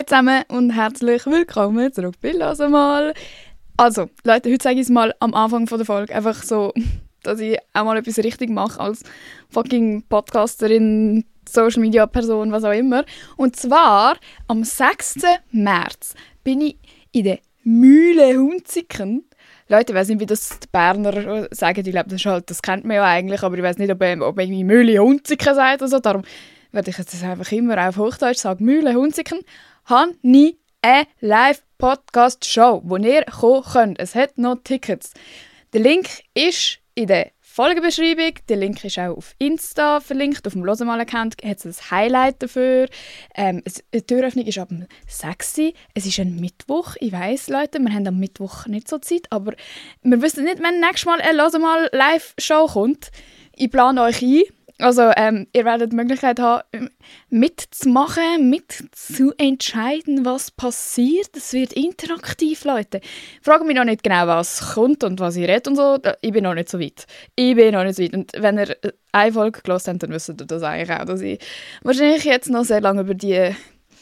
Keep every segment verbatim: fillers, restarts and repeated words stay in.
Zusammen und herzlich willkommen zurück bei «Los mal». Also, Leute, heute sage ich es mal am Anfang von der Folge, einfach so, dass ich auch mal etwas richtig mache als fucking Podcasterin, Social-Media-Person, was auch immer. Und zwar, am sechsten März bin ich in der Mühle Hunziken. Leute, ich weiss nicht, wie das die Berner sagen, ich glaube, das, halt, das kennt man ja eigentlich, aber ich weiss nicht, ob, ob irgendwie Mühle Hunziken sagt oder so, darum werde ich jetzt einfach immer auf Hochdeutsch sagen, Mühle Hunziken. Habe ich eine Live-Podcast-Show, wo ihr kommen könnt. Es hat noch Tickets. Der Link ist in der Folgenbeschreibung. Der Link ist auch auf Insta verlinkt. Auf dem «Los mal»-Account hat es ein Highlight dafür. Ähm, die Türöffnung ist ab sechs Uhr. Es ist ein Mittwoch. Ich weiss, Leute, wir haben am Mittwoch nicht so Zeit, aber wir wissen nicht, wenn nächstes Mal eine «Los mal» Live-Show kommt. Ich plane euch ein. Also ähm, ihr werdet die Möglichkeit haben, mitzumachen, mitzuentscheiden, was passiert. Es wird interaktiv, Leute. Fragt mich noch nicht genau, was kommt und was ich rede und so. Ich bin noch nicht so weit. Ich bin noch nicht so weit. Und wenn ihr eine Folge gehört habt, dann wisst ihr das eigentlich auch, dass ich wahrscheinlich jetzt noch sehr lange über die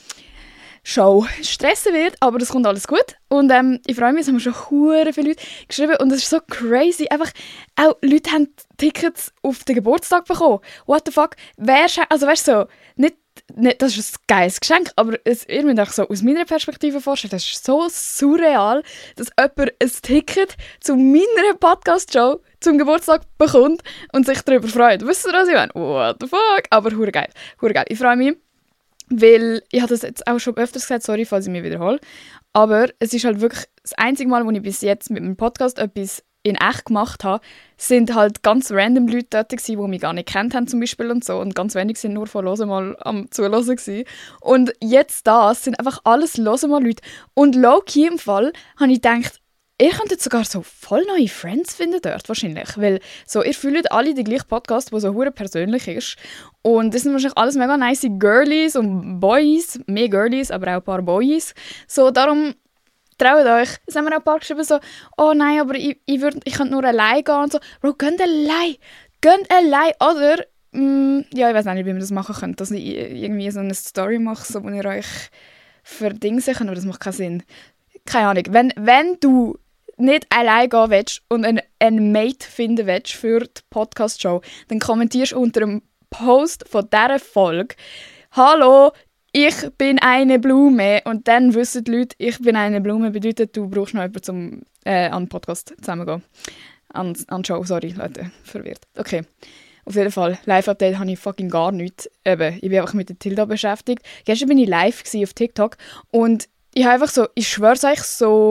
Show stressen wird, aber das kommt alles gut. Und ähm, ich freue mich, es haben schon hure viele Leute geschrieben und es ist so crazy. Einfach, auch Leute haben Tickets auf den Geburtstag bekommen. What the fuck? Wer, also weißt du, so, nicht, nicht, das ist ein geiles Geschenk, aber es, ihr müsst euch so aus meiner Perspektive vorstellen, das ist so surreal, dass jemand ein Ticket zu meiner Podcast-Show zum Geburtstag bekommt und sich darüber freut. Wisst ihr, was ich meine? What the fuck? Aber hure geil, hure geil. Ich freue mich. Weil, ich habe das jetzt auch schon öfters gesagt, sorry, falls ich mich wiederhole, aber es ist halt wirklich das einzige Mal, wo ich bis jetzt mit meinem Podcast etwas in echt gemacht habe, sind halt ganz random Leute dort gewesen, die mich gar nicht kennt haben zum Beispiel und so, und ganz wenig sind nur von «Los mal» am Zuhören gewesen. Und jetzt das sind einfach alles «Los mal» Leute. Und low-key im Fall habe ich gedacht, ihr könntet sogar so voll neue Friends finden dort wahrscheinlich, weil so, ihr fühlt alle den gleichen Podcast, der so hure persönlich ist. Und das sind wahrscheinlich alles mega nice Girlies und Boys, mehr Girlies, aber auch ein paar Boys. So, darum traut euch. Es haben mir auch ein paar geschrieben so, oh nein, aber ich, ich, würd, ich könnte nur allein gehen und so. Bro, geht allein, geht allein. Oder, mm, ja, ich weiß nicht, wie wir das machen können, dass ich irgendwie so eine Story mache, so, wo ihr euch verdingsen könnt, aber das macht keinen Sinn. Keine Ahnung. Wenn, wenn du nicht allein gehen willst und einen, einen Mate finden willst für die Podcast-Show, dann kommentierst du unter dem Post von dieser Folge «Hallo, ich bin eine Blume». Und dann wissen die Leute, ich bin eine Blume, bedeutet, du brauchst noch jemanden, zum äh, an den Podcast zusammenzugehen. An, an die Show, sorry, Leute, verwirrt. Okay, auf jeden Fall, Live-Update habe ich fucking gar nichts. Eben, ich bin einfach mit der Tilda beschäftigt. Gestern bin ich live auf TikTok und ich habe einfach so, ich schwöre euch,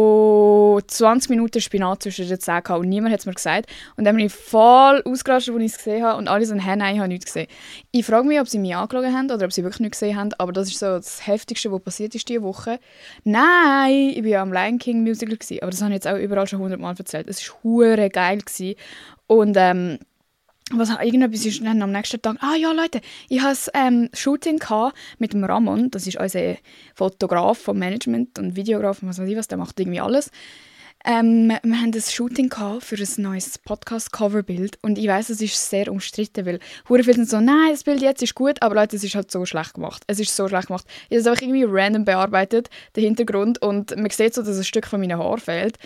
so zwanzig Minuten Spinat zwischen den Zähnen gehabt und niemand hat es mir gesagt. Und dann bin ich voll ausgerastet, als ich es gesehen habe und alle so, «Hä, nein, ich habe nichts gesehen». Ich frage mich, ob sie mich angeschaut haben oder ob sie wirklich nichts gesehen haben, aber das ist so das Heftigste, was passiert ist diese Woche. Nein, ich war ja am Lion King Musical gewesen, aber das habe ich jetzt auch überall schon hundertmal erzählt. Es war hure geil gewesen. Und ähm, was, irgendetwas ist dann am nächsten Tag, ah ja Leute, ich hatte ein ähm, Shooting mit dem Ramon, das ist unser Fotograf vom Management und Videograf und was weiß ich was, der macht irgendwie alles. Ähm, wir hatten ein Shooting für ein neues Podcast-Coverbild und ich weiss, es ist sehr umstritten, weil hure viele sind so, nein, das Bild jetzt ist gut, aber Leute, es ist halt so schlecht gemacht. Es ist so schlecht gemacht. Ich habe es einfach irgendwie random bearbeitet, den Hintergrund, und man sieht so, dass ein Stück von meinen Haaren fehlt.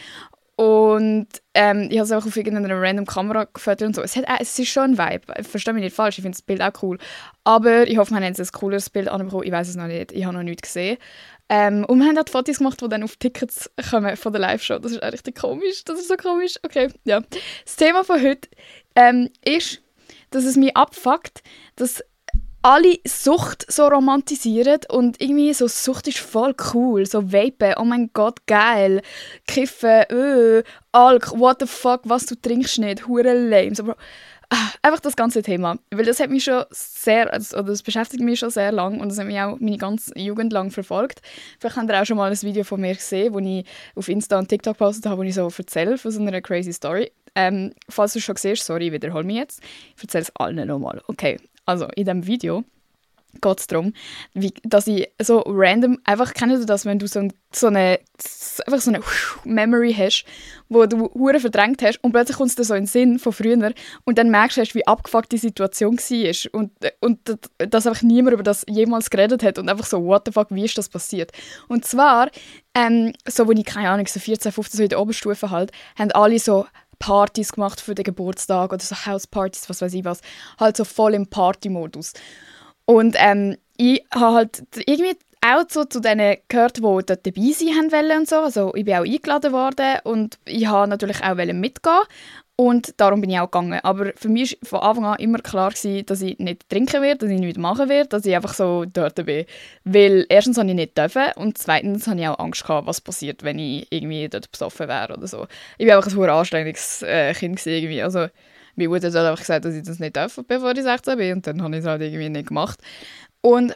Und ähm, ich habe es auch auf irgendeiner random Kamera gefotografiert und so. Es, hat, äh, es ist schon ein Vibe. Ich verstehe mich nicht falsch, ich finde das Bild auch cool. Aber ich hoffe, wir haben jetzt ein cooleres Bild anbekommen. Ich weiß es noch nicht. Ich habe noch nichts gesehen. Ähm, und wir haben auch die Fotos gemacht, die dann auf Tickets kommen von der Live-Show. Das ist richtig komisch. Das ist so komisch. Okay, ja. Das Thema von heute ähm, ist, dass es mich abfuckt, dass alle Sucht so romantisieren und irgendwie so, Sucht ist voll cool, so Vapen, oh mein Gott, geil, Kiffen, öh, Alk, what the fuck, was, du trinkst nicht, hure lame, so, ah, einfach das ganze Thema, weil das hat mich schon sehr, also, oder das beschäftigt mich schon sehr lang und das hat mich auch meine ganze Jugend lang verfolgt. Vielleicht habt ihr auch schon mal ein Video von mir gesehen, wo ich auf Insta und TikTok gepostet habe, wo ich so erzähle von so einer crazy Story. Ähm, falls du es schon siehst, sorry, ich wiederhole mich jetzt, ich erzähle es allen nochmal. Okay. Also, in diesem Video geht es darum, wie, dass ich so random, einfach, kennst du das, wenn du so, ein, so eine, einfach so eine Memory hast, wo du hure verdrängt hast und plötzlich kommt es dir so in den Sinn von früher und dann merkst du, wie abgefuckt die Situation war und, und dass einfach niemand über das jemals geredet hat und einfach so, what the fuck, wie ist das passiert? Und zwar, ähm, so, wo ich, keine Ahnung, so vierzehn, fünfzehn, so in der Oberstufe halt, haben alle so Partys gemacht für den Geburtstag oder so Housepartys, was weiß ich was, halt so voll im Party-Modus. Und ähm, ich habe halt irgendwie auch so zu denen gehört, die dort dabei sein wollen und so. Also ich bin auch eingeladen worden und ich wollte natürlich auch mitgehen. Und darum bin ich auch gegangen. Aber für mich war von Anfang an immer klar gewesen, dass ich nicht trinken werde, dass ich nichts machen werde, dass ich einfach so dort bin. Weil erstens habe ich nicht dürfen und zweitens habe ich auch Angst gehabt, was passiert, wenn ich irgendwie dort besoffen wäre oder so. Ich war einfach ein sehr anstrengendes äh, Kind gewesen, irgendwie. Also meine Mutter hat einfach gesagt, dass ich das nicht darf, bevor ich sechzehn bin. Und dann habe ich es halt irgendwie nicht gemacht. Und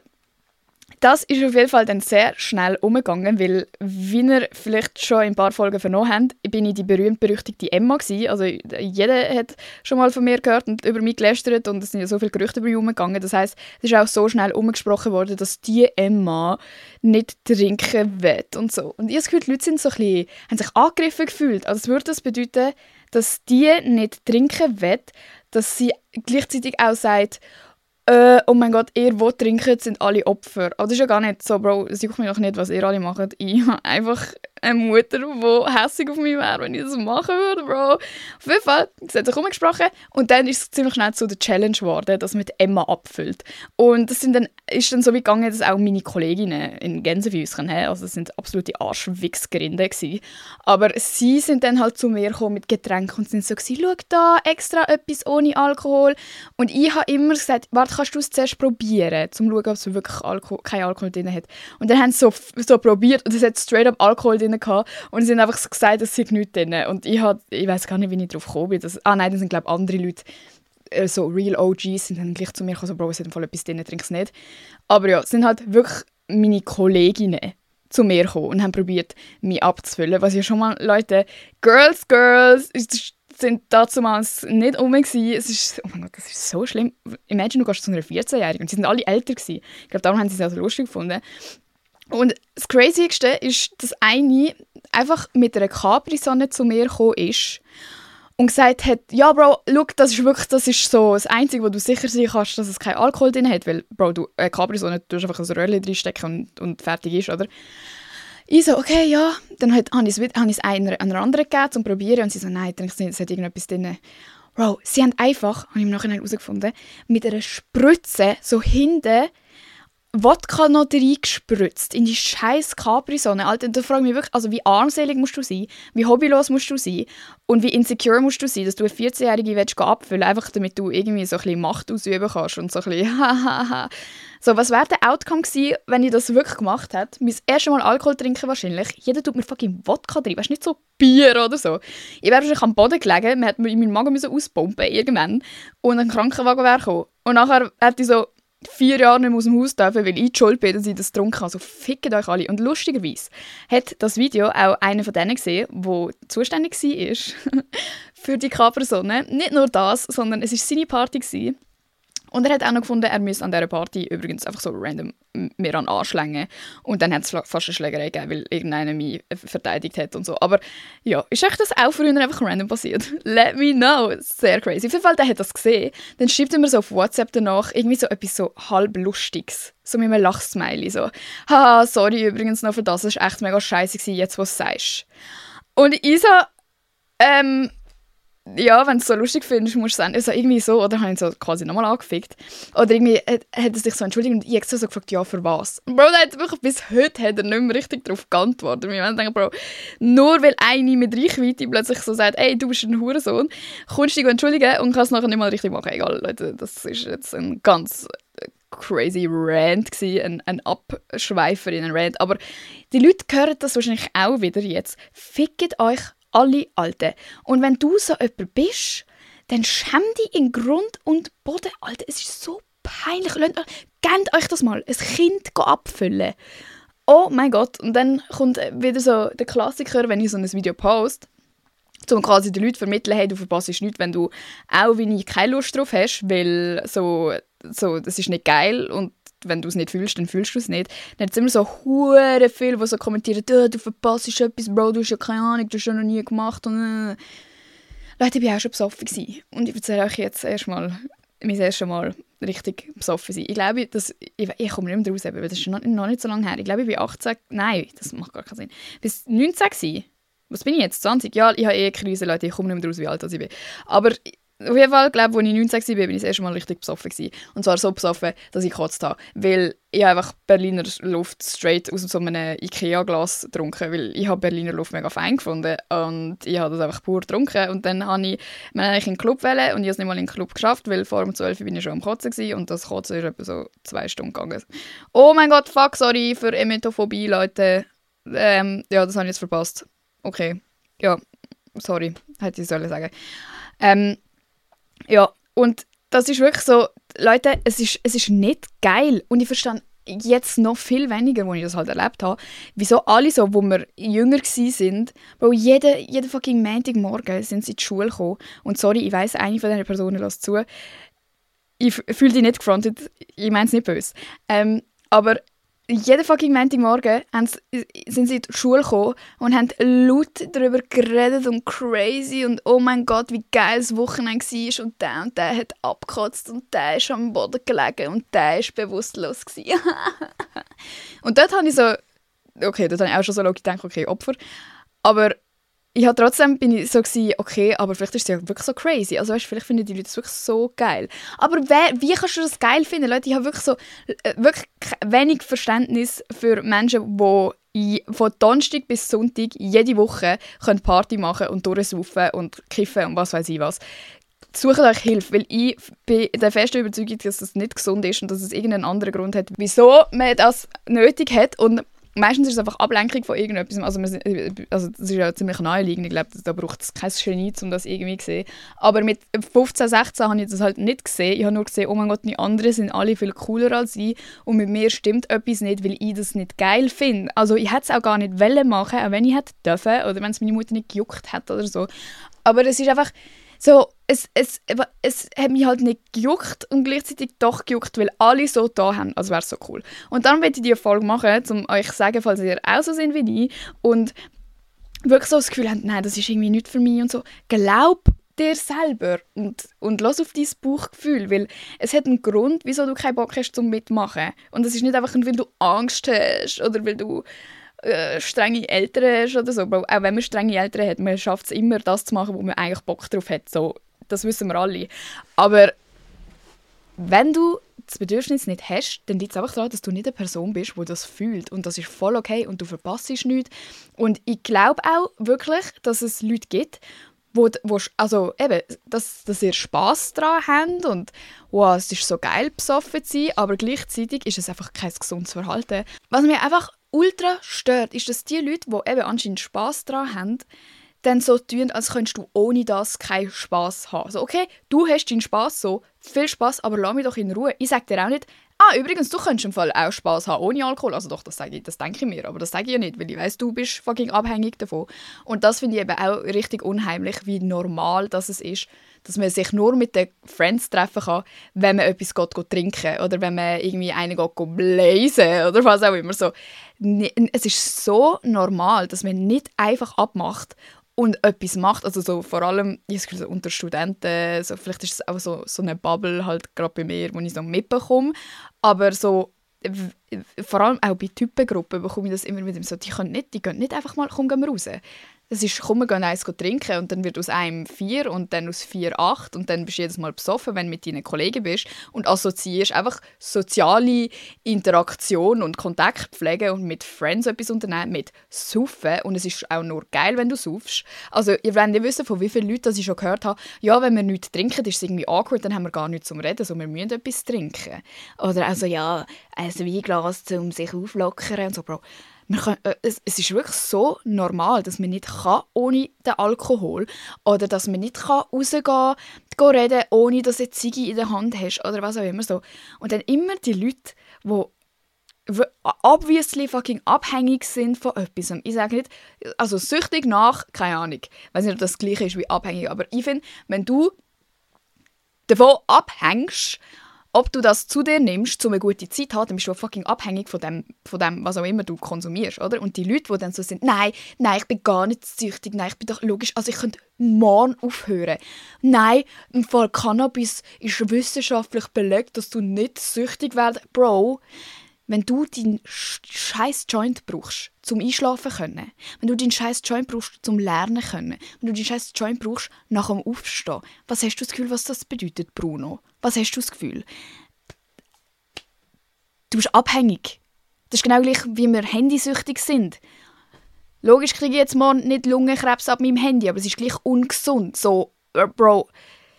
das ist auf jeden Fall dann sehr schnell umgegangen, weil, wie ihr vielleicht schon in ein paar Folgen vernommen habt, bin ich die berühmt-berüchtigte Emma gewesen. Also jeder hat schon mal von mir gehört und über mich gelästert und es sind ja so viele Gerüchte über mich umgegangen. Das heisst, es ist auch so schnell umgesprochen worden, dass die Emma nicht trinken will und so. Und ich habe das Gefühl, die Leute sind so ein bisschen, haben sich angegriffen gefühlt. Also würde das bedeuten, dass die nicht trinken will, dass sie gleichzeitig auch sagt, Äh, oh mein Gott, ihr, die trinken, sind alle Opfer. Aber das ist ja gar nicht so, Bro, es juckt mich doch nicht, was ihr alle macht. Ich habe einfach eine Mutter, die hässlich auf mich wäre, wenn ich das machen würde, Bro. Auf jeden Fall, es hat sich umgesprochen und dann ist es ziemlich schnell zu der Challenge geworden, dass man die Emma abfüllt. Und das sind dann, ist dann so wie gegangen, dass auch meine Kolleginnen in Gänsefüßchen haben, also es sind absolute Arschwichsgerinden gewesen. Aber sie sind dann halt zu mir gekommen mit Getränken und sind so gewesen, schau da, extra etwas ohne Alkohol. Und ich habe immer gesagt, warte, kannst du es zuerst probieren, um zu schauen, ob es wirklich Alkohol, kein Alkohol drin hat. Und dann haben sie so, so probiert und es hat straight up Alkohol drin gehabt und sie haben einfach so gesagt, es sei nichts drin. Und ich, ich weiß gar nicht, wie ich darauf gekommen bin. Das, ah nein, das sind glaube ich andere Leute, äh, so Real O Gs, sind dann gleich zu mir gekommen, so, Bro, es hat voll etwas drin, trink es nicht. Aber ja, es sind halt wirklich meine Kolleginnen zu mir gekommen und haben probiert, mich abzufüllen. Was ja schon mal, Leute, Girls, Girls, ist sind damals nicht rum gewesen. Es ist, oh mein Gott, das ist so schlimm. Imagine, du gehst zu einer vierzehnjährigen und sie sind alle älter gewesen. Ich glaube, darum haben sie es auch so lustig gefunden. Und das Crazyste ist, dass eine einfach mit einer Capri-Sonne zu mir gekommen ist und gesagt hat, ja, Bro, schau, das ist wirklich, das ist so das Einzige, wo du sicher sein kannst, dass es keinen Alkohol drin hat, weil, Bro, du, äh, Capri-Sonne, du tust einfach ein Röhrchen reinstecken und, und fertig ist, oder? Ich so, okay, ja. Dann habe ich es einer, einer anderen gegeben, zum Probieren. Und sie so, nein, es nicht, es hat irgendetwas drin. Bro, sie haben einfach, habe ich im Nachhinein herausgefunden, mit einer Spritze so hinten Wodka noch reingespritzt in die scheiß Capri-Sonne. Alter, da frage ich mich wirklich, also wie armselig musst du sein, wie hobbylos musst du sein und wie insecure musst du sein, dass du eine vierzehnjährige willst abfüllen, einfach damit du irgendwie so ein bisschen Macht ausüben kannst und so ein bisschen hahaha. So, was wäre der Outcome gewesen, wenn ich das wirklich gemacht hätte? Mein erstes Mal Alkohol trinken wahrscheinlich. Jeder tut mir fucking Wodka drin, weißt du, nicht so Bier oder so. Ich wäre wahrscheinlich am Boden gelegen, man hätte mir meinen Magen auspumpen irgendwann und ein Krankenwagen wäre gekommen. Und nachher hätte ich so vier Jahre nicht mehr aus dem Haus dürfen, weil ich die Schuld bin, dass ich das getrunken habe. Also fickt euch alle. Und lustigerweise hat das Video auch einer von denen gesehen, der zuständig war für die Capri-Sonne. Nicht nur das, sondern es war seine Party gewesen. Und er hat auch noch gefunden, er müsse an dieser Party übrigens einfach so random mir an anschlängen. Und dann hat es fast eine Schlägerei gegeben, weil irgendeiner mich verteidigt hat und so. Aber ja, ist euch das auch früher einfach random passiert? Let me know. Sehr crazy. Auf jeden Fall, der hat das gesehen. Dann schreibt er mir so auf WhatsApp danach irgendwie so etwas so halb Lustiges. So mit einem Lachsmiley. So, haha, sorry übrigens noch für das. Das war echt mega scheisse gewesen, jetzt was du sagst. Und ich so, ähm... ja, wenn du es so lustig findest, musst du es also irgendwie so, oder habe ich ihn so quasi nochmal angefickt. Oder irgendwie hat, hat er sich so entschuldigt und ich habe so gefragt, ja, für was? Und Bro, der hat wirklich, bis heute hat er nicht mehr richtig darauf geantwortet. Wir denken, Bro, nur weil eine mit Reichweite plötzlich so sagt, ey, du bist ein Hurensohn, kommst du dich entschuldigen und kannst es nachher nicht mal richtig machen. Egal, Leute, das ist jetzt ein ganz crazy Rant gewesen, ein, ein Abschweifer in einen Rant. Aber die Leute hören das wahrscheinlich auch wieder jetzt. Fickt euch alle Alten. Und wenn du so jemand bist, dann schäm dich in Grund und Boden. Alter, es ist so peinlich. Gebt euch das mal, ein Kind abfüllen. Oh mein Gott. Und dann kommt wieder so der Klassiker, wenn ich so ein Video poste, um quasi den Leuten zu vermitteln, hey, du verpasst nichts, wenn du auch wie ich keine Lust drauf hast, weil so, so, das ist nicht geil und wenn du es nicht fühlst, dann fühlst du es nicht. Dann hat es immer so hure viel, die so kommentieren, «Du, du verpasst etwas, Bro, du hast ja keine Ahnung, du hast ja noch nie gemacht.» und äh. Leute, ich war auch schon besoffen gewesen. Und ich erzähle euch jetzt erstmal mein erstes Mal richtig besoffen sein. Ich glaube, dass, ich, ich komme nicht mehr raus, weil das ist noch, noch nicht so lange her. Ich glaube, ich war achtzehn, nein, das macht gar keinen Sinn. Bis neunzehn gewesen. Was bin ich jetzt? zwanzig? Ja, ich habe eh eine Krise, Leute, ich komme nicht mehr raus, wie alt ich bin. Aber auf jeden Fall, glaube ich, als ich neunzehn war, bin ich das erste Mal richtig besoffen gewesen. Und zwar so besoffen, dass ich gekotzt habe. Weil ich einfach Berliner Luft straight aus so einem Ikea-Glas getrunken, weil ich habe Berliner Luft mega fein gefunden und ich habe das einfach pur getrunken. Und dann habe ich mich eigentlich in den Club wählen und ich habe es nicht mal in den Club geschafft, weil vor um zwölf bin ich schon am Kotzen gewesen und das Kotzen ist etwa so zwei Stunden gegangen. Oh mein Gott, fuck, sorry für Emetophobie, Leute. Ähm, ja, das habe ich jetzt verpasst. Okay, ja, sorry, hätte ich sollen sagen. Ähm, Ja, und das ist wirklich so, Leute, es ist, es ist nicht geil. Und ich verstehe jetzt noch viel weniger, als ich das halt erlebt habe, wieso alle so, wo wir jünger waren, weil jeden, jeden fucking Montagmorgen sind sie in die Schule gekommen. Und sorry, ich weiss, eine von diesen Personen lässt zu. Ich fühle dich nicht gefrontet, ich meine es nicht böse. Ähm, aber jeden fucking Montagmorgen sind sie in die Schule gekommen und haben laut darüber geredet und crazy und oh mein Gott, wie geil das Wochenende war und der und der hat abgekotzt und der ist am Boden gelegen und der ist bewusstlos gewesen. Und dort habe ich so, okay, dort habe ich auch schon so gedacht, okay, Opfer, aber ich habe trotzdem bin ich so gewesen, okay, aber vielleicht ist es ja wirklich so crazy. Also weißt, vielleicht finden die Leute das wirklich so geil. Aber wer, wie kannst du das geil finden? Leute, ich habe wirklich so äh, wirklich wenig Verständnis für Menschen, die von Donnerstag bis Sonntag jede Woche können Party machen und durchsaufen und kiffen und was weiß ich was. Sucht euch Hilfe, weil ich bin der festen Überzeugung, dass das nicht gesund ist und dass es irgendeinen anderen Grund hat, wieso man das nötig hat. Und meistens ist es einfach Ablenkung von irgendetwas. Also, wir, also das ist ja ziemlich naheliegend. Ich glaube, da braucht es kein Genie, um das irgendwie zu sehen. Aber mit fünfzehn, sechzehn habe ich das halt nicht gesehen. Ich habe nur gesehen, oh mein Gott, die anderen sind alle viel cooler als ich. Und mit mir stimmt etwas nicht, weil ich das nicht geil finde. Also ich hätte es auch gar nicht wollen machen, auch wenn ich hätte dürfen. Oder wenn es meine Mutter nicht gejuckt hätte oder so. Aber es ist einfach so, es, es, es hat mich halt nicht gejuckt und gleichzeitig doch gejuckt, weil alle so da haben, also wäre es so cool. Und dann möchte ich diese Folge machen, um euch zu sagen, falls ihr auch so sind wie ich und wirklich so das Gefühl habt, nein, das ist irgendwie nicht für mich und so. Glaub dir selber und, und lass auf dein Bauchgefühl, weil es hat einen Grund, wieso du keinen Bock hast zum Mitmachen. Und das ist nicht einfach, weil du Angst hast oder weil du Äh, strenge Eltern hast oder so. Auch wenn man strenge Eltern hat, man schafft es immer, das zu machen, wo man eigentlich Bock drauf hat. So, das wissen wir alle. Aber wenn du das Bedürfnis nicht hast, dann liegt es einfach daran, dass du nicht eine Person bist, die das fühlt. Und das ist voll okay und du verpasst nichts. Und ich glaube auch wirklich, dass es Leute gibt, wo, wo also eben, dass, dass ihr Spass daran habt und wow, es ist so geil, besoffen zu sein, aber gleichzeitig ist es einfach kein gesundes Verhalten. Was mir einfach ultra stört, ist, dass die Leute, die eben anscheinend Spass daran haben, dann so tun, als könntest du ohne das keinen Spass haben. Also okay, du hast deinen Spass so, viel Spass, aber lass mich doch in Ruhe. Ich sage dir auch nicht, ah, übrigens, du könntest im Fall auch Spass haben ohne Alkohol. Also doch, das, sage ich, das denke ich mir, aber das sage ich ja nicht, weil ich weiss, du bist fucking abhängig davon. Und das finde ich eben auch richtig unheimlich, wie normal das es ist, dass man sich nur mit den Friends treffen kann, wenn man etwas geht, geht trinken oder wenn man irgendwie einen geht, geht blazen oder was auch immer. So. Es ist so normal, dass man nicht einfach abmacht und etwas macht, also so vor allem ich das Gefühl, so unter Studenten, so, vielleicht ist es auch so, so eine Bubble halt gerade bei mir, wo ich so mitbekomme, aber so w- vor allem auch bei Typengruppen bekomme ich das immer mit dem so, die können nicht, die gehen nicht einfach mal, komm, gehen wir raus. Das ist, komm, wir gehen eins trinken und dann wird aus einem vier und dann aus vier acht und dann bist du jedes Mal besoffen, wenn du mit deinen Kollegen bist und assoziierst einfach soziale Interaktion und Kontakt pflegen und mit Friends etwas unternehmen, mit Saufen und es ist auch nur geil, wenn du saufst. Also ihr wollt nicht wissen, von wie vielen Leuten das ich schon gehört habe, ja, wenn wir nichts trinken, ist es irgendwie awkward, dann haben wir gar nichts zum Reden, also wir müssen etwas trinken. Oder also ja, ein Weinglas, um sich auflockern und so, Bro. Man kann, äh, es, es ist wirklich so normal, dass man nicht kann ohne den Alkohol oder dass man nicht kann rausgehen kann, reden, ohne dass du eine Ziege in der Hand hast oder was auch immer so. Und dann immer die Leute, die obviously fucking abhängig sind von etwas. Ich sage nicht, also süchtig nach, keine Ahnung, ich weiß nicht, ob das gleiche ist wie abhängig, aber ich finde, wenn du davon abhängst ob du das zu dir nimmst, um eine gute Zeit zu haben, dann bist du fucking abhängig von dem, von dem, was auch immer du konsumierst, oder? Und die Leute, die dann so sind, nein, nein, ich bin gar nicht süchtig, nein, ich bin doch logisch, also ich könnte morgen aufhören. Nein, im Fall Cannabis ist wissenschaftlich belegt, dass du nicht süchtig wirst. Bro, wenn du deinen scheiß Joint brauchst, zum Einschlafen können, wenn du deinen scheiß Joint brauchst, zum Lernen können, wenn du deinen scheiß Joint brauchst, nach dem Aufstehen, was hast du das Gefühl, was das bedeutet, Bruno? Was hast du das Gefühl? Du bist abhängig. Das ist genau gleich, wie wir handysüchtig sind. Logisch kriege ich jetzt morgen nicht Lungenkrebs ab meinem Handy, aber es ist gleich ungesund. So, Bro,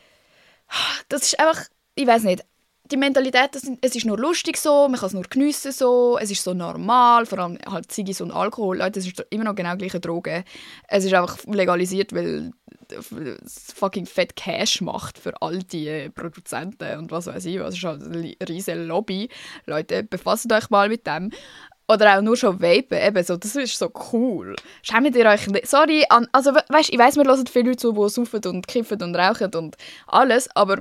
das ist einfach, ich weiß nicht, die Mentalität, das, es ist nur lustig so, man kann es nur geniessen so, es ist so normal, vor allem halt Ziggis und Alkohol, Leute, es ist immer noch genau gleiche Droge. Es ist einfach legalisiert, weil es fucking fett Cash macht für all die Produzenten und was weiß ich, was ist halt eine riesige Lobby. Leute, befasst euch mal mit dem. Oder auch nur schon vapen, eben so, das ist so cool. Schämt ihr euch nicht? Sorry, an, also weißt, ich weiss, wir hören viele Leute zu, die saufen und kiffen und rauchen und alles, aber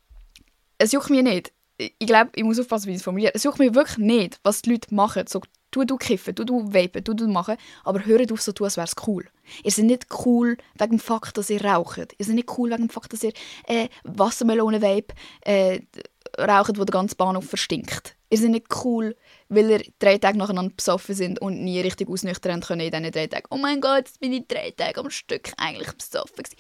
es juckt mich nicht. Ich glaube, ich muss aufpassen, wie ich es formuliere. Es juckt mich wirklich nicht, was die Leute machen. So, tu du kiffen, tu du vapen, tu du machen, aber hört auf so tun, als wäre es cool. Ihr seid nicht cool wegen dem Fakt, dass ihr raucht. Ihr seid nicht cool wegen dem Fakt, dass ihr äh, Wassermelone-Vape äh, raucht, wo der ganze Bahnhof verstinkt. Ihr seid nicht cool, weil ihr drei Tage nacheinander besoffen sind und nie richtig ausnüchtern können in diesen drei Tagen. Oh mein Gott, jetzt bin ich drei Tage am Stück eigentlich besoffen gewesen.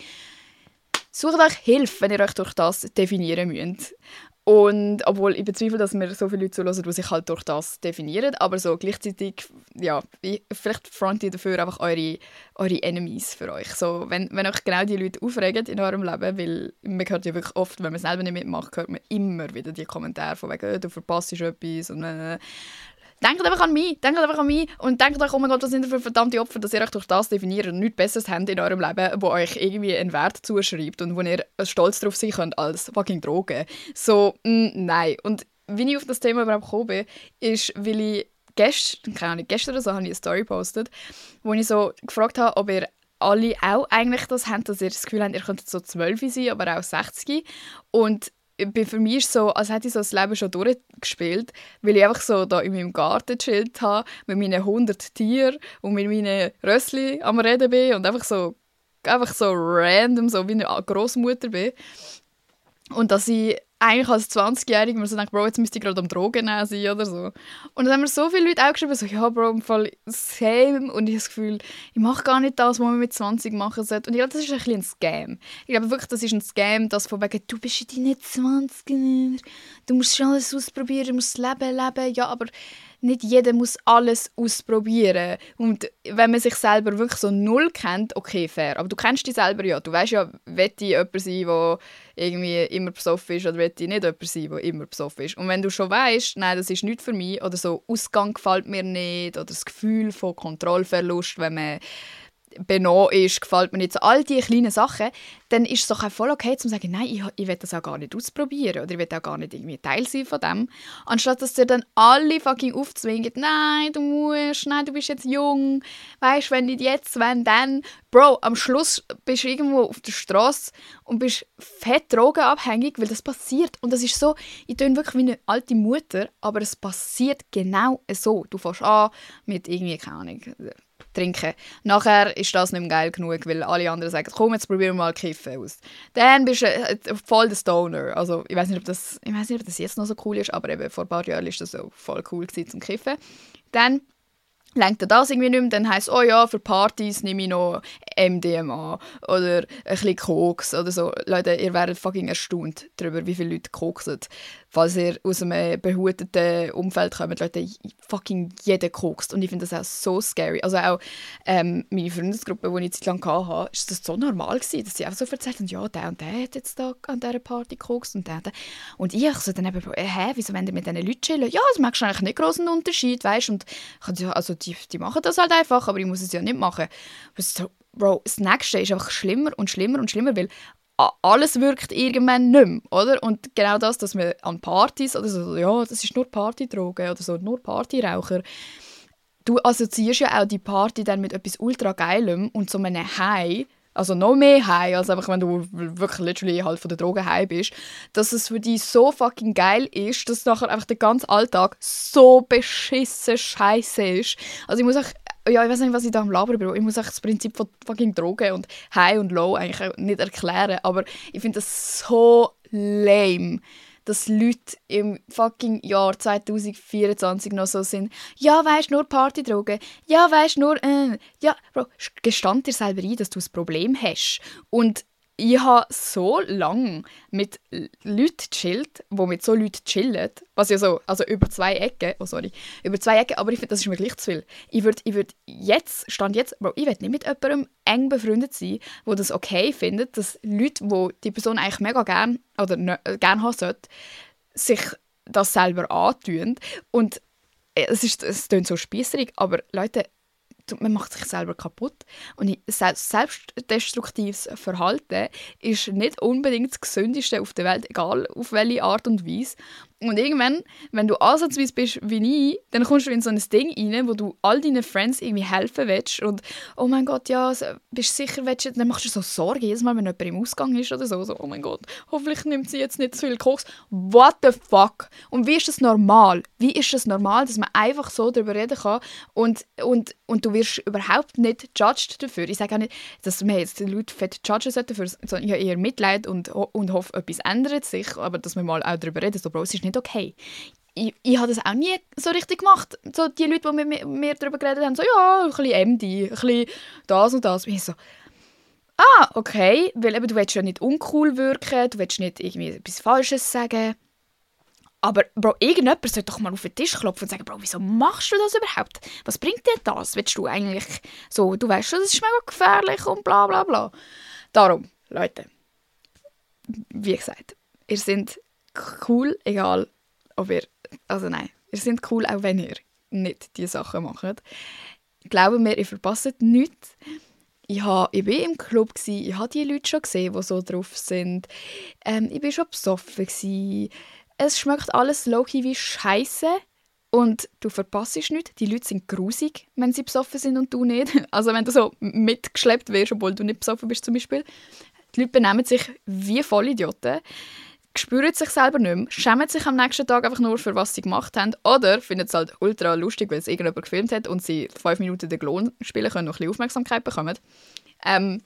Sucht euch Hilfe, wenn ihr euch durch das definieren müsst. Und obwohl ich bezweifle, dass mir so viele Leute zuhören, die sich halt durch das definieren, aber so gleichzeitig, ja, vielleicht front ihr dafür einfach eure, eure Enemies für euch. So, wenn, wenn euch genau die Leute aufregen in eurem Leben, weil man hört ja wirklich oft, wenn man selber nicht mitmacht, hört man immer wieder die Kommentare von wegen, du verpasst etwas und äh, denkt einfach an mich, denkt einfach an mich und denkt euch, oh mein Gott, was sind das für verdammte Opfer, dass ihr euch durch das definiert und nichts Besseres habt in eurem Leben, wo euch irgendwie einen Wert zuschreibt und wo ihr stolz darauf sein könnt als fucking Drogen. So, mh, nein. Und wie ich auf das Thema überhaupt gekommen bin, ist, weil ich gestern, keine Ahnung, gestern oder so, habe ich eine Story gepostet, wo ich so gefragt habe, ob ihr alle auch eigentlich das habt, dass ihr das Gefühl habt, ihr könntet so zwölf sein, aber auch sechzig. Und für mich ist es so, als hätte ich so das Leben schon durchgespielt, weil ich einfach so da in meinem Garten gechillt habe, mit meinen hundert Tieren und mit meinen Rössli am Reden bin und einfach so, einfach so random, so wie eine Großmutter bin. Und dass ich eigentlich als zwanzigjährige mir so denke, Bro, jetzt müsste ich gerade am Drogen nehmen sein oder so. Und dann haben mir so viele Leute auch geschrieben, so, ja, Bro, im Fall same. Und ich habe das Gefühl, ich mache gar nicht das, was man mit zwanzig machen sollte. Und ich glaube, das ist ein bisschen ein Scam. Ich glaube wirklich, das ist ein Scam, das von wegen, du bist in deinen zwanzigern, du musst schon alles ausprobieren, du musst das Leben leben. Ja, aber nicht jeder muss alles ausprobieren. Und wenn man sich selber wirklich so null kennt, okay, fair. Aber du kennst dich selber ja. Du weißt ja, will ich jemand sein, der irgendwie immer besoffen ist, oder will ich nicht jemand sein, der immer besoffen ist. Und wenn du schon weißt, nein, das ist nichts für mich, oder so Ausgang gefällt mir nicht, oder das Gefühl von Kontrollverlust, wenn man benommen ist, gefällt mir nicht, so all diese kleinen Sachen, dann ist es doch auch voll okay, zu sagen, nein, ich, ich will das auch gar nicht ausprobieren oder ich will auch gar nicht irgendwie Teil sein von dem. Anstatt dass ihr dann alle fucking aufzwingen, nein, du musst, nein, du bist jetzt jung, weißt, wenn nicht jetzt, wenn dann. Bro, am Schluss bist du irgendwo auf der Straße und bist fett drogenabhängig, weil das passiert. Und das ist so, ich töne wirklich wie eine alte Mutter, aber es passiert genau so. Du fängst an mit irgendwie, keine Ahnung, trinken. Nachher ist das nicht mehr geil genug, weil alle anderen sagen, komm, jetzt probieren wir mal Kiffen aus. Dann bist du voll der Stoner. Also, ich weiß nicht, ob das, ich weiß nicht, ob das jetzt noch so cool ist, aber eben vor ein paar Jahren war das so voll cool gewesen, zum Kiffen. Dann lenkt er das irgendwie nicht mehr, dann heisst es, oh ja, für Partys nehme ich noch M D M A oder ein bisschen Koks oder so. Leute, ihr werdet fucking erstaunt darüber, wie viele Leute koksen. Falls ihr aus einem behuteten Umfeld kommt, Leute, fucking jeder kokst. Und ich finde das auch so scary. Also auch ähm, meine Freundesgruppe, die ich eine Zeit lang hatte, ist das so normal gewesen, dass sie einfach so erzählt haben, ja, der und der hat jetzt da an dieser Party gekokst und der und der. Und ich so dann eben, äh, hä, wieso wollen die mit diesen Leuten chillen? Ja, das merkst du eigentlich nicht großen Unterschied, weißt du. Und also die, die machen das halt einfach, aber ich muss es ja nicht machen. So, Bro, das Nächste ist einfach schlimmer und schlimmer und schlimmer, weil alles wirkt irgendwann nicht mehr, oder? Und genau das, dass man an Partys oder so, ja, das ist nur Partydroge oder so, nur Partyraucher. Du assoziierst ja auch die Party dann mit etwas ultra Geilem und so einem High, also noch mehr high, als einfach, wenn du wirklich literally halt von der Droge high bist, dass es für dich so fucking geil ist, dass nachher einfach der ganze Alltag so beschissen scheiße ist. Also ich muss auch, ja, ich weiß nicht, was ich da am Labern bin, ich muss auch das Prinzip von fucking Drogen und High und Low eigentlich nicht erklären, aber ich finde das so lame, dass Leute im fucking Jahr zwanzig vierundzwanzig noch so sind. Ja, weisst nur Partydrogen. Ja, weisst nur, äh. Ja, Bro, gestand dir selber ein, dass du ein Problem hast. Und ich habe so lange mit Leuten gechillt, die mit so Leuten chillen, was ja so, also über zwei Ecken, oh sorry, über zwei Ecken, aber ich finde, das ist mir gleich zu viel. Ich würde ich würd jetzt, stand jetzt, Bro, ich will nicht mit jemandem eng befreundet sein, der das okay findet, dass Leute, die die Person eigentlich mega gerne oder ne, gerne haben sollte, sich das selber antun. Und es, ist, es klingt so spiesserig, aber Leute, man macht sich selber kaputt. Und selbstdestruktives Verhalten ist nicht unbedingt das Gesündeste auf der Welt, egal auf welche Art und Weise. Und irgendwann, wenn du ansatzweise bist wie ich, dann kommst du in so ein Ding rein, wo du all deinen Friends irgendwie helfen willst und «Oh mein Gott, ja, bist du sicher, willst du...» Dann machst du so Sorge, jedes Mal, wenn jemand im Ausgang ist oder so, so «Oh mein Gott, hoffentlich nimmt sie jetzt nicht zu viel Koks.» What the fuck? Und wie ist das normal? Wie ist das normal, dass man einfach so darüber reden kann und, und, und du wirst überhaupt nicht judged dafür? Ich sage auch nicht, dass man jetzt die Leute fett judgen sollte dafür, sondern ich habe eher Mitleid und, und hoffe, etwas ändert sich, aber dass wir mal auch darüber reden, so «Bro, es ist nicht okay.» Ich, ich habe das auch nie so richtig gemacht. So die Leute, die mit mir, mir darüber geredet haben, so «Ja, ein bisschen M D, ein bisschen das und das.» Und ich so «Ah, okay, weil eben, du willst ja nicht uncool wirken, du willst nicht irgendwie etwas Falsches sagen. Aber Bro, irgendjemand sollte doch mal auf den Tisch klopfen und sagen, Bro, wieso machst du das überhaupt? Was bringt dir das? Willst du eigentlich so, du weißt schon, das ist mega gefährlich und bla bla bla.» Darum, Leute, wie gesagt, ihr seid cool, egal ob ihr, also nein, ihr seid cool, auch wenn ihr nicht diese Sachen macht. Glaubt mir, ihr verpasst nichts. Ich, war im Club, gewesen, ich habe die Leute schon gesehen, die so drauf sind. Ähm, ich war schon besoffen. Gewesen. Es schmeckt alles low-key wie Scheiße und du verpasst nichts. Die Leute sind grusig, wenn sie besoffen sind und du nicht. Also wenn du so mitgeschleppt wirst, obwohl du nicht besoffen bist zum Beispiel. Die Leute benehmen sich wie Vollidioten, spüren sich selber nicht mehr, schämen sich am nächsten Tag einfach nur für was sie gemacht haben oder finden es halt ultra lustig, weil es irgendjemand gefilmt hat und sie fünf Minuten den Klon spielen können und ein bisschen Aufmerksamkeit bekommen. Ähm,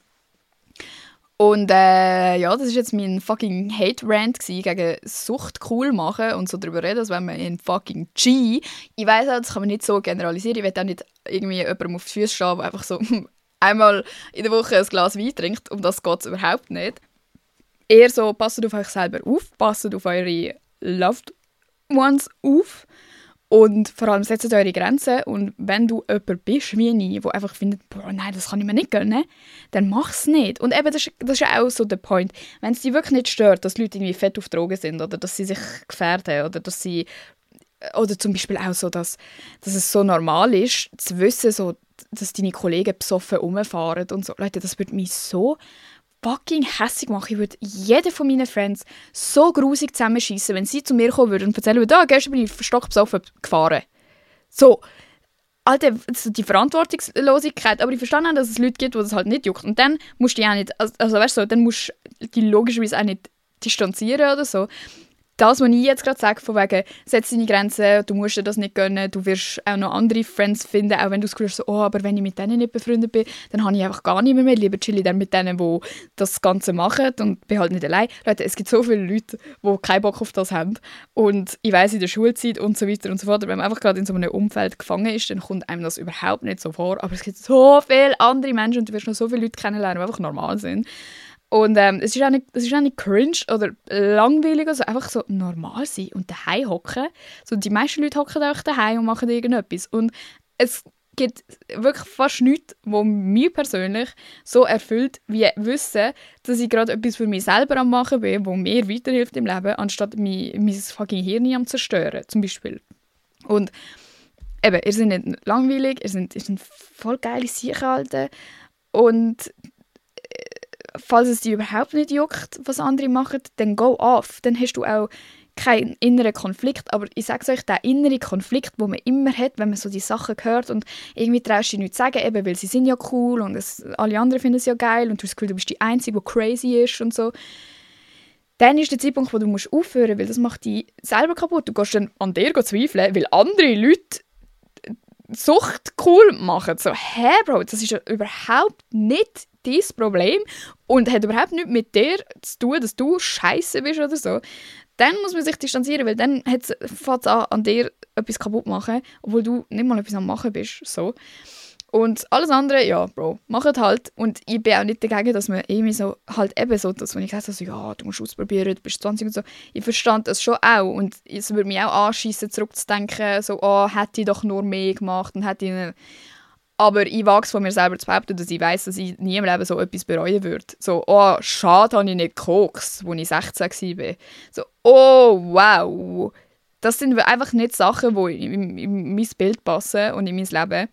und äh, ja, das war jetzt mein fucking Hate-Rant gegen Sucht cool machen und so darüber reden, als wenn man in fucking G... Ich weiss auch, das kann man nicht so generalisieren, ich will auch nicht irgendwie jemandem auf die Füße stehen, der einfach so einmal in der Woche ein Glas Wein trinkt, um das geht es überhaupt nicht. Eher so, passt auf euch selber auf, passt auf eure Loved Ones auf und vor allem setzt eure Grenzen. Und wenn du jemand bist wie ich, der einfach findet, boah, nein, das kann ich mir nicht gönnen, dann mach es nicht. Und eben, das ist, das ist ja auch so der Point. Wenn es dich wirklich nicht stört, dass Leute irgendwie fett auf Drogen sind oder dass sie sich gefährden oder dass sie, oder zum Beispiel auch so, dass, dass es so normal ist, zu wissen, so, dass deine Kollegen besoffen rumfahren und so. Leute, das würde mich so fucking hässig machen. Ich würde jeden von meinen Friends so grusig zusammenschießen, wenn sie zu mir kommen würden und erzählen würden, ah, gestern bin ich stockbesoffen gefahren. So, Alter, die Verantwortungslosigkeit. Aber ich verstehe auch, dass es Leute gibt, die das halt nicht juckt. Und dann musst du dich auch nicht, also, also weißt du, dann musst du dich logischerweise auch nicht distanzieren oder so. Das, was ich jetzt gerade sage, von wegen, setz deine Grenzen, du musst dir das nicht gönnen, du wirst auch noch andere Friends finden, auch wenn du das Gefühl hast, so, oh, aber wenn ich mit denen nicht befreundet bin, dann habe ich einfach gar nicht mehr mehr. Lieber chill ich dann mit denen, die das Ganze machen und bin halt nicht allein. Leute, es gibt so viele Leute, die keinen Bock auf das haben. Und ich weiss, in der Schulzeit und so weiter und so fort, wenn man einfach gerade in so einem Umfeld gefangen ist, dann kommt einem das überhaupt nicht so vor. Aber es gibt so viele andere Menschen und du wirst noch so viele Leute kennenlernen, die einfach normal sind. Und ähm, es, ist auch nicht, es ist auch nicht cringe oder langweilig, also einfach so normal sein und daheim hocken. So, die meisten Leute hocken auch daheim und machen irgendetwas. Und es gibt wirklich fast nichts, was mich persönlich so erfüllt, wie wissen, dass ich gerade etwas für mich selber am machen bin, das mir weiterhilft im Leben, anstatt mein, mein fucking Hirn am zerstören, zum Beispiel. Und eben, ihr seid nicht langweilig, ihr seid, ihr seid voll geile Sicherheiten und falls es dich überhaupt nicht juckt, was andere machen, dann go off. Dann hast du auch keinen inneren Konflikt, aber ich sage euch, der innere Konflikt, den man immer hat, wenn man so die Sachen hört und irgendwie traust du dich nicht zu sagen, eben, weil sie sind ja cool und es, alle anderen finden es ja geil und du hast das Gefühl, du bist die Einzige, die crazy ist und so. Dann ist der Zeitpunkt, wo du musst aufhören musst, weil das macht dich selber kaputt. Du gehst dann an dir zweifeln, weil andere Leute Sucht cool machen. So, hä, Bro, das ist ja überhaupt nicht dein Problem und hat überhaupt nichts mit dir zu tun, dass du scheiße bist oder so. Dann muss man sich distanzieren, weil dann fängt es an, an dir etwas kaputt zu machen, obwohl du nicht mal etwas am Machen bist. So. Und alles andere, ja, Bro, macht halt. Und ich bin auch nicht dagegen, dass man irgendwie so, halt eben so, dass wenn ich gesagt habe, so, ja, du musst ausprobieren, du bist zwanzig und so. Ich verstand das schon auch. Und es würde mich auch anschiessen, zurückzudenken, so, oh, hätte ich doch nur mehr gemacht und hätte ich eine... Aber ich wage es von mir selber zu behaupten, dass ich weiss, dass ich nie im Leben so etwas bereuen würde. So, oh, schade, habe ich nicht gekokst, als ich sechzehn war. So, oh, wow. Das sind einfach nicht Sachen, die in, in mein Bild passen und in mein Leben.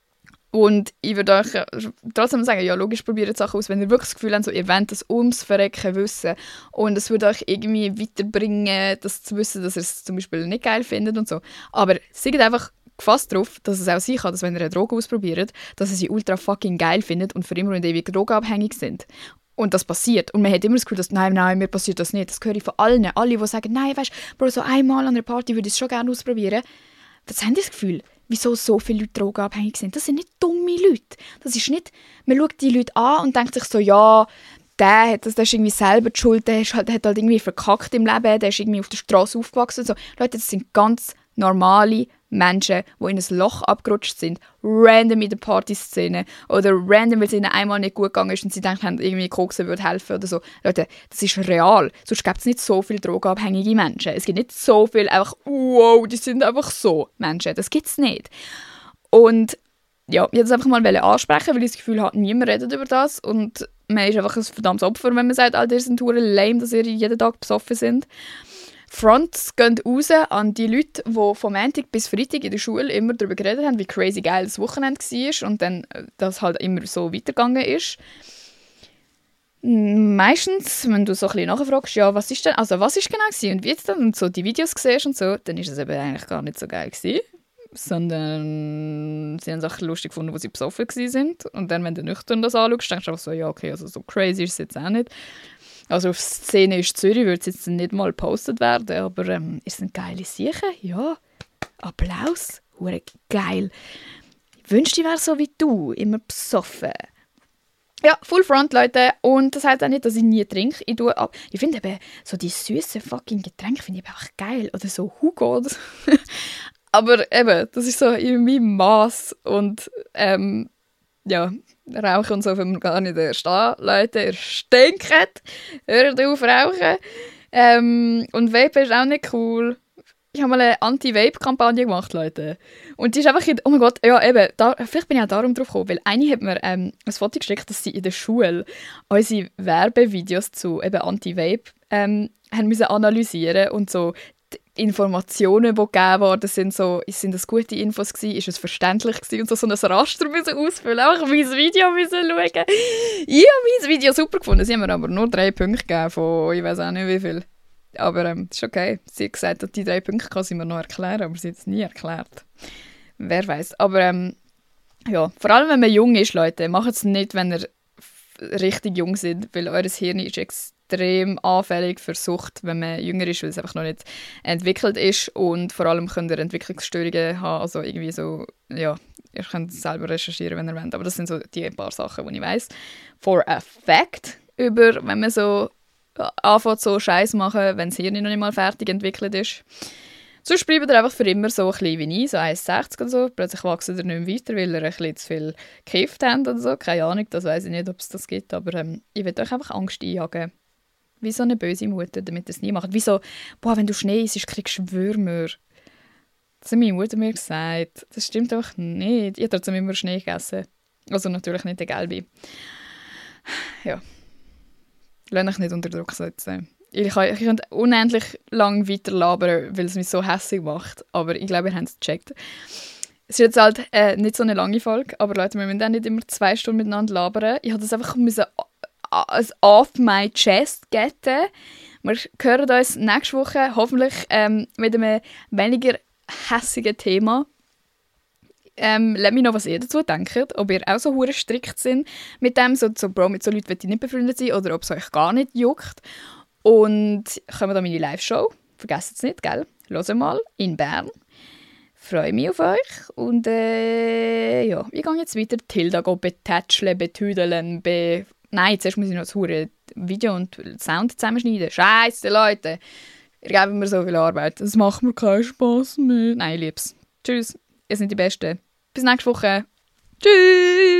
Und ich würde euch trotzdem sagen, ja, logisch, probiert Sachen aus, wenn ihr wirklich das Gefühl habt, so, ihr wollt das ums Verrecken wissen und es würde euch irgendwie weiterbringen, das zu wissen, dass ihr es zum Beispiel nicht geil findet und so. Aber seid einfach gefasst darauf, dass es auch sein kann, dass wenn ihr eine Droge ausprobiert, dass ihr sie ultra fucking geil findet und für immer und ewig drogenabhängig sind. Und das passiert. Und man hat immer das Gefühl, dass nein, nein, mir passiert das nicht. Das höre ich von allen. Alle, die sagen, nein, weißt du, Bro, so einmal an einer Party würde ich es schon gerne ausprobieren. Das haben die das Gefühl, wieso so viele Leute drogenabhängig sind. Das sind nicht dumme Leute. Das ist nicht, man schaut die Leute an und denkt sich so, ja, der, hat das, der ist irgendwie selber die Schuld, der, ist halt, der hat halt irgendwie verkackt im Leben, der ist irgendwie auf der Straße aufgewachsen. So. Leute, das sind ganz normale Menschen, die in ein Loch abgerutscht sind, random in der Partyszene oder random, weil es ihnen einmal nicht gut gegangen ist und sie denken, irgendwie Koksen würde helfen oder so. Leute, das ist real. Sonst gibt es nicht so viele drogenabhängige Menschen. Es gibt nicht so viele einfach, wow, die sind einfach so Menschen. Das gibt es nicht. Und ja, ich wollte das einfach mal ansprechen, weil ich das Gefühl habe, niemand redet über das und man ist einfach ein verdammtes Opfer, wenn man sagt, all die sind verdammt lame, dass sie jeden Tag besoffen sind. Fronts gehen raus an die Leute, die vom Montag bis Freitag in der Schule immer darüber geredet haben, wie crazy geil das Wochenende war und dann das halt immer so weitergegangen ist. Meistens, wenn du so ein bisschen nachfragst, ja, was ist denn, also was ist genau gewesen und wie jetzt dann und so die Videos siehst und so, dann ist es eben eigentlich gar nicht so geil gewesen, sondern sie haben es auch lustig gefunden, wo sie besoffen sind und dann, wenn du nüchtern das anschaust, denkst du einfach so, ja, okay, also so crazy ist es jetzt auch nicht. Also auf Szene ist Zürich, würde es jetzt nicht mal gepostet werden, aber ähm, ist es eine geile Sache? Ja, Applaus, hure geil. Ich wünschte, ich wäre so wie du, immer besoffen. Ja, Full Front, Leute. Und das heißt auch nicht, dass ich nie trinke. Ich, tue ab. Ich finde eben, so die süßen fucking Getränke finde ich einfach geil. Oder so Hugo. Aber eben, das ist so in meinem Maß. Und ähm, ja, Rauchen und so wenn man gar nicht stehen. Leute, ihr stinkt. Hört auf rauchen. Ähm, und Vape ist auch nicht cool. Ich habe mal eine Anti-Vape-Kampagne gemacht, Leute. Und die ist einfach, in, oh mein Gott, ja eben, da, vielleicht bin ich auch darum drauf gekommen, weil eine hat mir ähm, ein Foto geschickt, dass sie in der Schule unsere Werbevideos zu eben Anti-Vape ähm, haben müssen analysieren und so die Informationen, die gegeben worden sind, so, sind das gute Infos gewesen, ist es verständlich gewesen und so, so ein Raster müssen ausfüllen, auch mein Video müssen schauen. Ich habe mein Video super gefunden, sie haben mir aber nur drei Punkte gegeben von, ich weiß auch nicht wie viel. Aber ähm, das ist okay. Sie hat gesagt, dass die drei Punkte kann sie mir noch erklären, aber sie hat es nie erklärt. Wer weiß. Aber ähm, ja, vor allem wenn man jung ist, Leute, macht es nicht, wenn ihr richtig jung seid, weil eures Hirn ist extrem anfällig für Sucht, wenn man jünger ist, weil es einfach noch nicht entwickelt ist und vor allem könnt ihr Entwicklungsstörungen haben, also irgendwie so, ja, ihr könnt es selber recherchieren, wenn ihr wollt, aber das sind so die paar Sachen, die ich weiss. For a fact, über, wenn man so anfängt so Scheiß machen, wenn das Hirn noch nicht mal fertig entwickelt ist. Sonst bleibt er einfach für immer so klein wie ich, so eins Komma sechzig oder so. Plötzlich wachsen er nicht mehr weiter, weil er ein bisschen zu viel gekifft hat oder so. Keine Ahnung, das weiss ich nicht, ob es das gibt, aber ähm, ich will euch einfach Angst einjagen. Wie so eine böse Mutter, damit ihr es nie macht. Wie so, boah, wenn du Schnee isst, kriegst du Würmer. Das hat meine Mutter mir gesagt. Das stimmt einfach nicht. Ich habe trotzdem immer Schnee gegessen. Also natürlich nicht der gelbe. Ja. Lasst euch nicht unter Druck setzen. Ich, kann, ich könnte unendlich lang weiter labern, weil es mich so hässlich macht. Aber ich glaube, ihr habt es gecheckt. Es ist jetzt halt äh, nicht so eine lange Folge, aber Leute, wir müssen auch nicht immer zwei Stunden miteinander labern. Ich musste das einfach müssen, als off my chest getten. Wir hören uns nächste Woche hoffentlich ähm, mit einem weniger hässigen Thema. Ähm, lasst mich noch, was ihr dazu denkt, ob ihr auch so hure strikt sind mit dem, so, so Bro, mit so Leuten will ich nicht befreundet sein oder ob es euch gar nicht juckt. Und kommen da meine Live-Show, vergesst es nicht, gell? Hört mal, in Bern. Freue mich auf euch und äh, ja, ich gehe jetzt weiter Tilda betätscheln, betüdeln, be... Nein, zuerst muss ich noch das hure Video und Sound zusammenschneiden. Scheisse, Leute! Ihr gebt mir so viel Arbeit. Das macht mir keinen Spass mehr. Nein, ich lieb's. Tschüss, ihr seid die Besten. Bis nächste Woche. Tschüss!